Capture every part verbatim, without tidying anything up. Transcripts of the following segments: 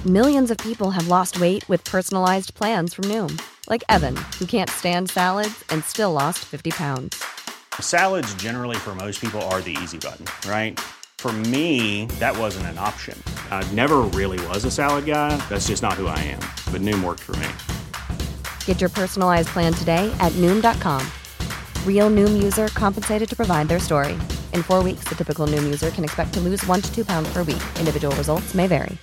Millions of people have lost weight with personalized plans from Noom. Like Evan, who can't stand salads and still lost fifty pounds. Salads generally for most people are the easy button, right? For me, that wasn't an option. I never really was a salad guy. That's just not who I am. But Noom worked for me. Get your personalized plan today at Noom dot com. Real Noom user compensated to provide their story. In four weeks, the typical Noom user can expect to lose one to two pounds per week. Individual results may vary.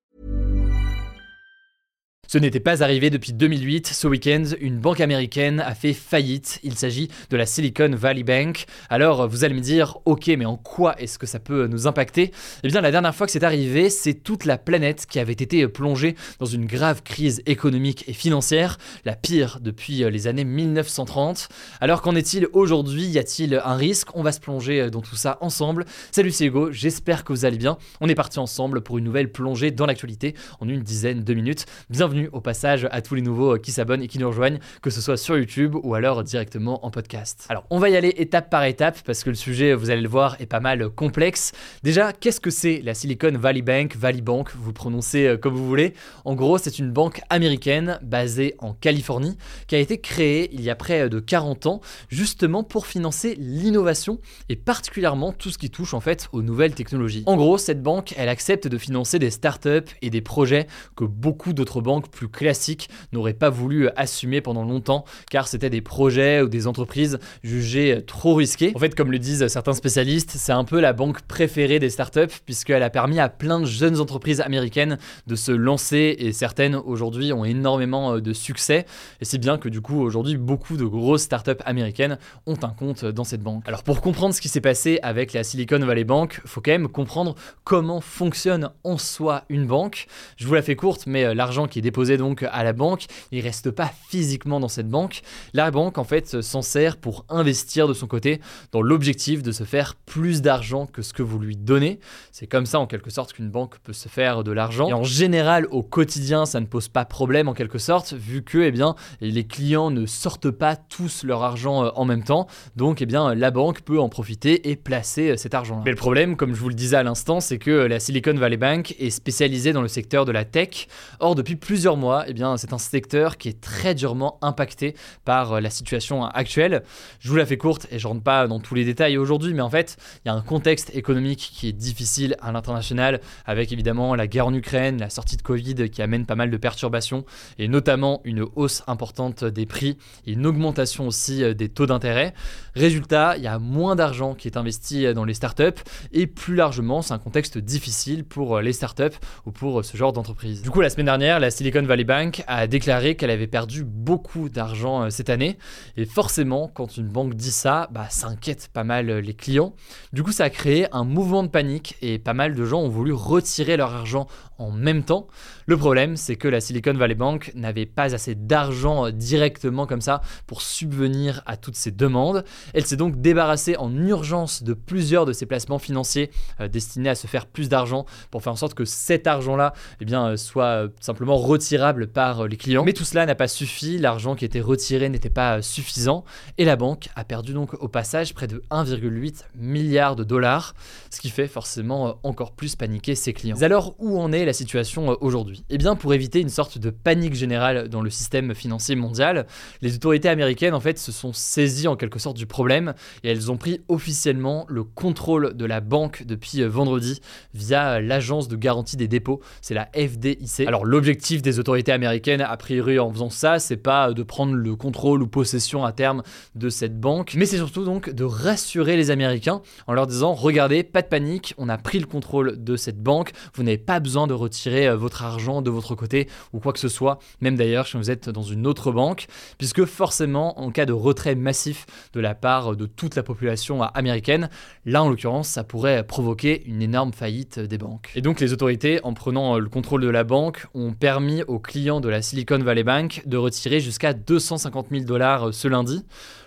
Ce n'était pas arrivé depuis deux mille huit. Ce week-end, une banque américaine a fait faillite. Il s'agit de la Silicon Valley Bank. Alors, vous allez me dire, ok, mais en quoi est-ce que ça peut nous impacter ? Eh bien, la dernière fois que c'est arrivé, c'est toute la planète qui avait été plongée dans une grave crise économique et financière, la pire depuis les années mille neuf cent trente. Alors, qu'en est-il aujourd'hui ? Y a-t-il un risque ? On va se plonger dans tout ça ensemble. Salut, c'est Hugo, j'espère que vous allez bien. On est parti ensemble pour une nouvelle plongée dans l'actualité en une dizaine de minutes. Bienvenue au passage à tous les nouveaux qui s'abonnent et qui nous rejoignent, que ce soit sur YouTube ou alors directement en podcast. Alors, on va y aller étape par étape parce que le sujet, vous allez le voir, est pas mal complexe. Déjà, qu'est-ce que c'est la Silicon Valley Bank, Valley Bank, vous prononcez comme vous voulez. En gros, c'est une banque américaine basée en Californie qui a été créée il y a près de quarante ans justement pour financer l'innovation et particulièrement tout ce qui touche en fait aux nouvelles technologies. En gros, cette banque, elle accepte de financer des startups et des projets que beaucoup d'autres banques plus classiques n'auraient pas voulu assumer pendant longtemps car c'était des projets ou des entreprises jugées trop risquées. En fait, comme le disent certains spécialistes, c'est un peu la banque préférée des startups puisqu'elle a permis à plein de jeunes entreprises américaines de se lancer et certaines aujourd'hui ont énormément de succès et c'est bien que du coup aujourd'hui beaucoup de grosses startups américaines ont un compte dans cette banque. Alors pour comprendre ce qui s'est passé avec la Silicon Valley Bank, faut quand même comprendre comment fonctionne en soi une banque. Je vous la fais courte, mais l'argent qui est déposé donc à la banque, il reste pas physiquement dans cette banque. La banque en fait s'en sert pour investir de son côté dans l'objectif de se faire plus d'argent que ce que vous lui donnez. C'est comme ça en quelque sorte qu'une banque peut se faire de l'argent. Et en général au quotidien ça ne pose pas problème en quelque sorte vu que eh bien, les clients ne sortent pas tous leur argent en même temps. Donc eh bien, la banque peut en profiter et placer cet argent-là. Mais le problème, comme je vous le disais à l'instant, c'est que la Silicon Valley Bank est spécialisée dans le secteur de la tech. Or depuis plusieurs mois, eh bien, c'est un secteur qui est très durement impacté par la situation actuelle. Je vous la fais courte et je rentre pas dans tous les détails aujourd'hui, mais en fait, il y a un contexte économique qui est difficile à l'international, avec évidemment la guerre en Ukraine, la sortie de Covid qui amène pas mal de perturbations, et notamment une hausse importante des prix et une augmentation aussi des taux d'intérêt. Résultat, il y a moins d'argent qui est investi dans les startups, et plus largement, c'est un contexte difficile pour les startups ou pour ce genre d'entreprise. Du coup, la semaine dernière, la Silicon Valley Bank a déclaré qu'elle avait perdu beaucoup d'argent cette année et forcément quand une banque dit ça, bah, ça inquiète pas mal les clients. Du coup ça a créé un mouvement de panique et pas mal de gens ont voulu retirer leur argent en même temps. Le problème c'est que la Silicon Valley Bank n'avait pas assez d'argent directement comme ça pour subvenir à toutes ces demandes. Elle s'est donc débarrassée en urgence de plusieurs de ses placements financiers euh, destinés à se faire plus d'argent pour faire en sorte que cet argent-là eh bien, soit euh, simplement retirable par les clients. Mais tout cela n'a pas suffi, l'argent qui était retiré n'était pas suffisant et la banque a perdu donc au passage près de un virgule huit milliard de dollars, ce qui fait forcément encore plus paniquer ses clients. Mais alors où en est la situation aujourd'hui ? Eh bien pour éviter une sorte de panique générale dans le système financier mondial, les autorités américaines en fait se sont saisies en quelque sorte du problème et elles ont pris officiellement le contrôle de la banque depuis vendredi via l'agence de garantie des dépôts, c'est la F D I C. Alors l'objectif des autorités américaines, a priori en faisant ça, c'est pas de prendre le contrôle ou possession à terme de cette banque, mais c'est surtout donc de rassurer les Américains en leur disant regardez, pas de panique, on a pris le contrôle de cette banque, vous n'avez pas besoin de retirer votre argent de votre côté ou quoi que ce soit, même d'ailleurs si vous êtes dans une autre banque, puisque forcément en cas de retrait massif de la part de toute la population américaine, là en l'occurrence ça pourrait provoquer une énorme faillite des banques. Et donc les autorités, en prenant le contrôle de la banque, ont permis aux clients de la Silicon Valley Bank de retirer jusqu'à deux cent cinquante mille dollars ce lundi.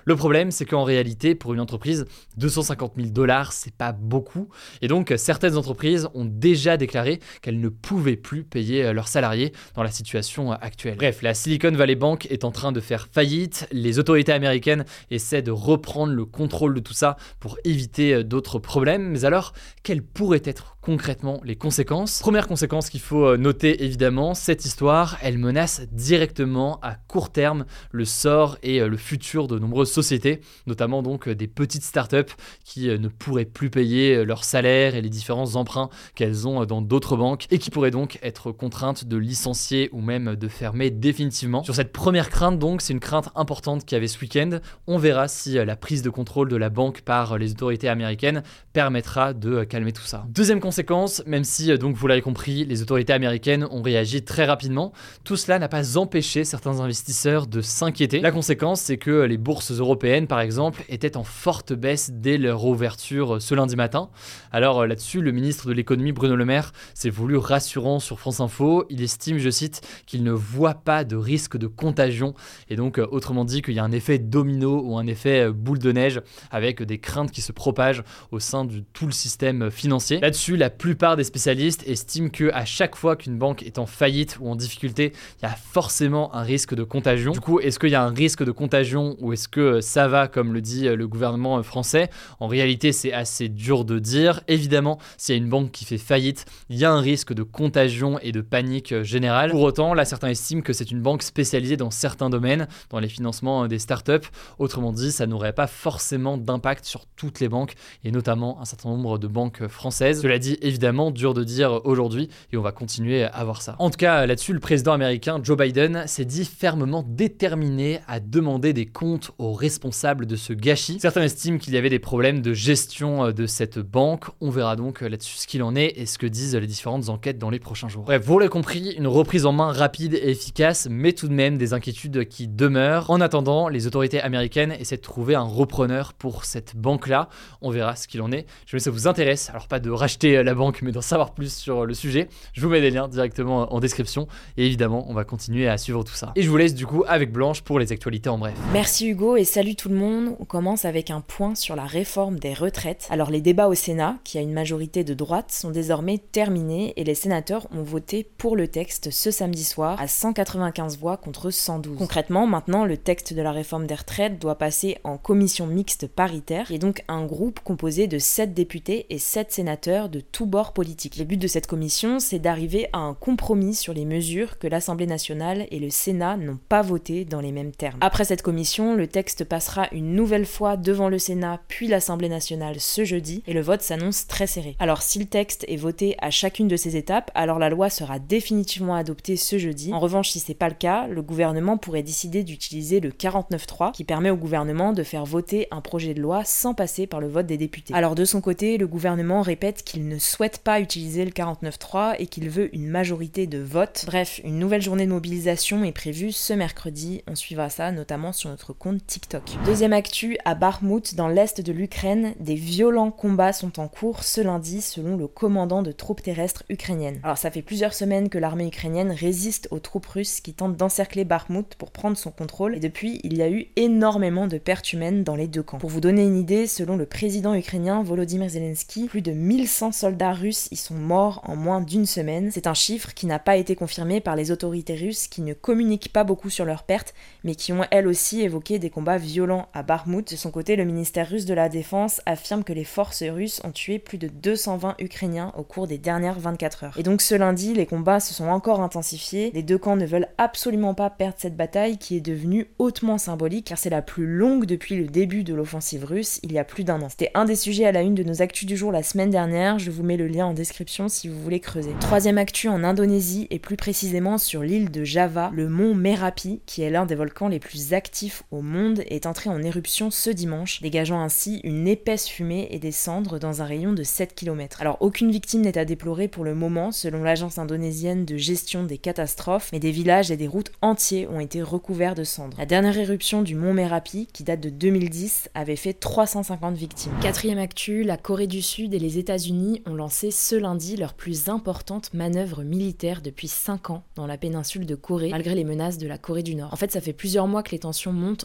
Le problème, c'est qu'en réalité, pour une entreprise, deux cent cinquante mille dollars, c'est pas beaucoup. Et donc, certaines entreprises ont déjà déclaré qu'elles ne pouvaient plus payer leurs salariés dans la situation actuelle. Bref, la Silicon Valley Bank est en train de faire faillite. Les autorités américaines essaient de reprendre le contrôle de tout ça pour éviter d'autres problèmes. Mais alors, quelles pourraient être concrètement les conséquences? Première conséquence qu'il faut noter évidemment, cette histoire, elle menace directement à court terme le sort et le futur de nombreuses sociétés, notamment donc des petites startups qui ne pourraient plus payer leurs salaires et les différents emprunts qu'elles ont dans d'autres banques et qui pourraient donc être contraintes de licencier ou même de fermer définitivement. Sur cette première crainte donc, c'est une crainte importante qu'il y avait ce week-end. On verra si la prise de contrôle de la banque par les autorités américaines permettra de calmer tout ça. Deuxième conséquence, même si donc vous l'avez compris, les autorités américaines ont réagi très rapidement, tout cela n'a pas empêché certains investisseurs de s'inquiéter. La conséquence, c'est que les bourses européennes, par exemple, étaient en forte baisse dès leur ouverture ce lundi matin. Alors là-dessus, le ministre de l'économie Bruno Le Maire s'est voulu rassurant sur France Info. Il estime, je cite, qu'il ne voit pas de risque de contagion et donc autrement dit qu'il y a un effet domino ou un effet boule de neige avec des craintes qui se propagent au sein de tout le système financier. Là-dessus, la plupart des spécialistes estiment qu'à chaque fois qu'une banque est en faillite ou en difficulté, il y a forcément un risque de contagion. Du coup, est-ce qu'il y a un risque de contagion ou est-ce que ça va, comme le dit le gouvernement français? En réalité, c'est assez dur de dire. Évidemment, s'il y a une banque qui fait faillite, il y a un risque de contagion et de panique générale. Pour autant, là, certains estiment que c'est une banque spécialisée dans certains domaines, dans les financements des startups. Autrement dit, ça n'aurait pas forcément d'impact sur toutes les banques et notamment un certain nombre de banques françaises. Cela dit, évidemment, dur de dire aujourd'hui et on va continuer à voir ça. En tout cas, là-dessus, le président américain Joe Biden s'est dit fermement déterminé à demander des comptes aux responsables de ce gâchis. Certains estiment qu'il y avait des problèmes de gestion de cette banque. On verra donc là-dessus ce qu'il en est et ce que disent les différentes enquêtes dans les prochains jours. Bref, vous l'avez compris, une reprise en main rapide et efficace, mais tout de même des inquiétudes qui demeurent. En attendant, les autorités américaines essaient de trouver un repreneur pour cette banque-là. On verra ce qu'il en est. Je sais que ça vous intéresse, alors pas de racheter la banque, mais d'en savoir plus sur le sujet. Je vous mets des liens directement en description et évidemment, on va continuer à suivre tout ça. Et je vous laisse du coup avec Blanche pour les actualités en bref. Merci Hugo et salut tout le monde. On commence avec un point sur la réforme des retraites. Alors les débats au Sénat, qui a une majorité de droite, sont désormais terminés et les sénateurs ont voté pour le texte ce samedi soir à cent quatre-vingt-quinze voix contre cent douze. Concrètement, maintenant, le texte de la réforme des retraites doit passer en commission mixte paritaire, qui est donc un groupe composé de sept députés et sept sénateurs de tous bords politiques. Le but de cette commission, c'est d'arriver à un compromis sur les mesures que l'Assemblée nationale et le Sénat n'ont pas votées dans les mêmes termes. Après cette commission, le texte passera une nouvelle fois devant le Sénat puis l'Assemblée nationale ce jeudi et le vote s'annonce très serré. Alors si le texte est voté à chacune de ces étapes, alors la loi sera définitivement adoptée ce jeudi. En revanche, si c'est pas le cas, le gouvernement pourrait décider d'utiliser le quarante-neuf trois qui permet au gouvernement de faire voter un projet de loi sans passer par le vote des députés. Alors de son côté, le gouvernement répète qu'il ne souhaite pas utiliser le quarante-neuf trois et qu'il veut une majorité de vote. Bref, une nouvelle journée de mobilisation est prévue ce mercredi. On suivra ça notamment sur notre compte TikTok. Deuxième actu, à Bakhmout, dans l'est de l'Ukraine, des violents combats sont en cours ce lundi selon le commandant de troupes terrestres ukrainiennes. Alors ça fait plusieurs semaines que l'armée ukrainienne résiste aux troupes russes qui tentent d'encercler Bakhmout pour prendre son contrôle et depuis, il y a eu énormément de pertes humaines dans les deux camps. Pour vous donner une idée, selon le président ukrainien Volodymyr Zelensky, plus de mille cent soldats russes y sont morts en moins d'une semaine. C'est un chiffre qui n'a pas été confirmé par les autorités russes qui ne communiquent pas beaucoup sur leurs pertes, mais qui ont elles aussi évoqué des combats violents à Bakhmout. De son côté, le ministère russe de la Défense affirme que les forces russes ont tué plus de deux cent vingt Ukrainiens au cours des dernières vingt-quatre heures. Et donc ce lundi, les combats se sont encore intensifiés. Les deux camps ne veulent absolument pas perdre cette bataille qui est devenue hautement symbolique car c'est la plus longue depuis le début de l'offensive russe il y a plus d'un an. C'était un des sujets à la une de nos actus du jour la semaine dernière. Je vous mets le lien en description si vous voulez creuser. Troisième actu en Indonésie et plus précisément sur l'île de Java, le mont Merapi, qui est l'un des volcans les plus actifs au monde, est entré en éruption ce dimanche, dégageant ainsi une épaisse fumée et des cendres dans un rayon de sept kilomètres. Alors aucune victime n'est à déplorer pour le moment selon l'agence indonésienne de gestion des catastrophes, mais des villages et des routes entiers ont été recouverts de cendres. La dernière éruption du mont Merapi, qui date de deux mille dix, avait fait trois cent cinquante victimes. Quatrième actu, la Corée du Sud et les États-Unis ont lancé ce lundi leur plus importante manœuvre militaire depuis cinq ans dans la péninsule de Corée, malgré les menaces de la Corée du Nord. En fait, ça fait plusieurs mois que les tensions montent entre d'un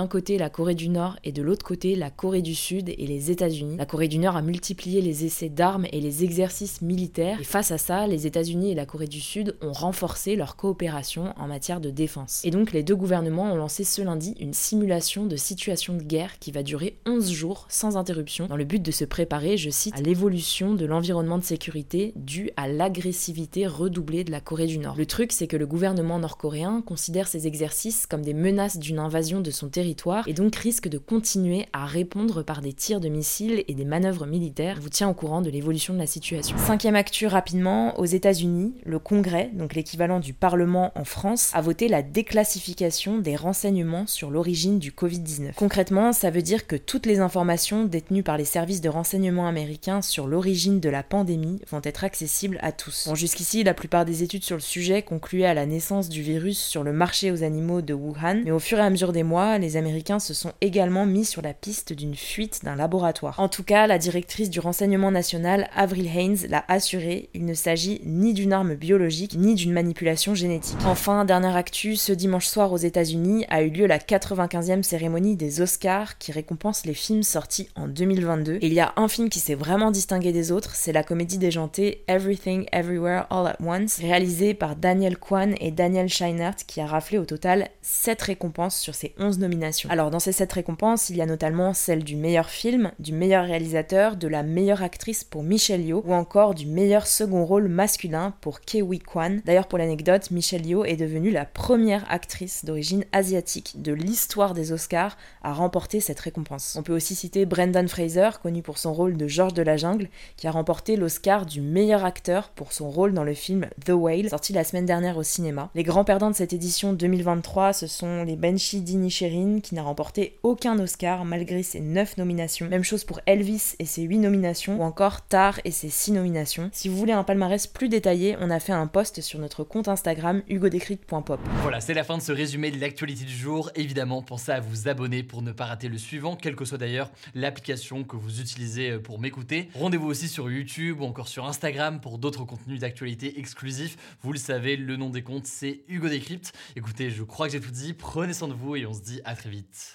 côté la Corée du Nord et de l'autre côté la Corée du Sud et les États-Unis. La Corée du Nord a multiplié les essais d'armes et les exercices militaires, et face à ça, les États-Unis et la Corée du Sud ont renforcé leur coopération en matière de défense. Et donc les deux gouvernements ont lancé ce lundi une simulation de situation de guerre qui va durer onze jours sans interruption, dans le but de se préparer, je cite, à l'évolution de l'environnement de sécurité due à l'agressivité redoublée de la Corée du Nord. Le truc, c'est que le gouvernement nord-coréen considère ces exercices comme des menaces d'une invasion de son territoire et donc risque de continuer à répondre par des tirs de missiles et des manœuvres militaires. Je vous tiens au courant de l'évolution de la situation. Cinquième actu rapidement, aux États-Unis, le Congrès, donc l'équivalent du Parlement en France, a voté la déclassification des renseignements sur l'origine du covid dix-neuf. Concrètement, ça veut dire que toutes les informations détenues par les services de renseignement américains sur l'origine de la pandémie vont être accessibles à tous. Bon, jusqu'ici, la plupart des études sur le sujet concluaient à la naissance du virus sur le marché aux animaux de Wuhan, mais au fur et à mesure des mois, les Américains se sont également mis sur la piste d'une fuite d'un laboratoire. En tout cas, la directrice du renseignement national, Avril Haines, l'a assuré, il ne s'agit ni d'une arme biologique, ni d'une manipulation génétique. Enfin, dernière actu, ce dimanche soir aux États-Unis a eu lieu la quatre-vingt-quinzième cérémonie des Oscars qui récompense les films sortis en deux mille vingt-deux. Et il y a un film qui s'est vraiment distingué des autres, c'est la comédie déjantée Everything Everywhere All at Once, réalisée par Daniel Kwan et Daniel Scheinert, qui a raflé au total sept récompenses sur ses onze nominations. Alors dans ces sept récompenses, il y a notamment celle du meilleur film, du meilleur réalisateur, de la meilleure actrice pour Michelle Yeoh, ou encore du meilleur second rôle masculin pour Ke-Huy Kwan. D'ailleurs pour l'anecdote, Michelle Yeoh est devenue la première actrice d'origine asiatique de l'histoire des Oscars à remporter cette récompense. On peut aussi citer Brendan Fraser, connu pour son rôle de George de la Jungle, qui a remporté l'Oscar du meilleur acteur pour son rôle dans le film The Whale, sorti la semaine dernière au cinéma. Les grands perdants de cette édition deux mille vingt-trois, ce sont les Banshee d'Inisherin, qui n'a remporté aucun Oscar malgré ses neuf nominations. Même chose pour Elvis et ses huit nominations, ou encore Tar et ses six nominations. Si vous voulez un palmarès plus détaillé, on a fait un post sur notre compte Instagram hugo décrypte point pop. Voilà, c'est la fin de ce résumé de l'actualité du jour. Évidemment, pensez à vous abonner pour ne pas rater le suivant, quelle que soit d'ailleurs l'application que vous utilisez pour m'écouter. Rendez-vous aussi sur YouTube ou encore sur Instagram pour d'autres contenus d'actualité exclusifs. Vous le savez, le nom des comptes, c'est Hugo Décrypte. Écoutez, je crois que j'ai tout dit. Prenez soin de vous et on se dit à très vite.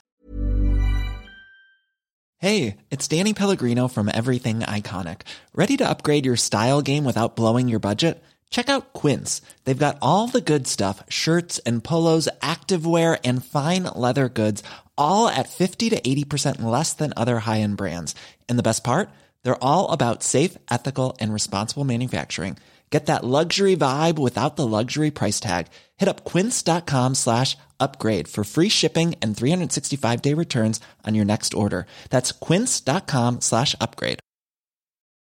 Hey, it's Danny Pellegrino from Everything Iconic. Ready to upgrade your style game without blowing your budget? Check out Quince. They've got all the good stuff, shirts and polos, activewear, and fine leather goods, all at fifty to eighty percent less than other high-end brands. And the best part? They're all about safe, ethical, and responsible manufacturing. Get that luxury vibe without the luxury price tag. Hit up quince.com slash upgrade for free shipping and three sixty-five day returns on your next order. That's quince.com slash upgrade.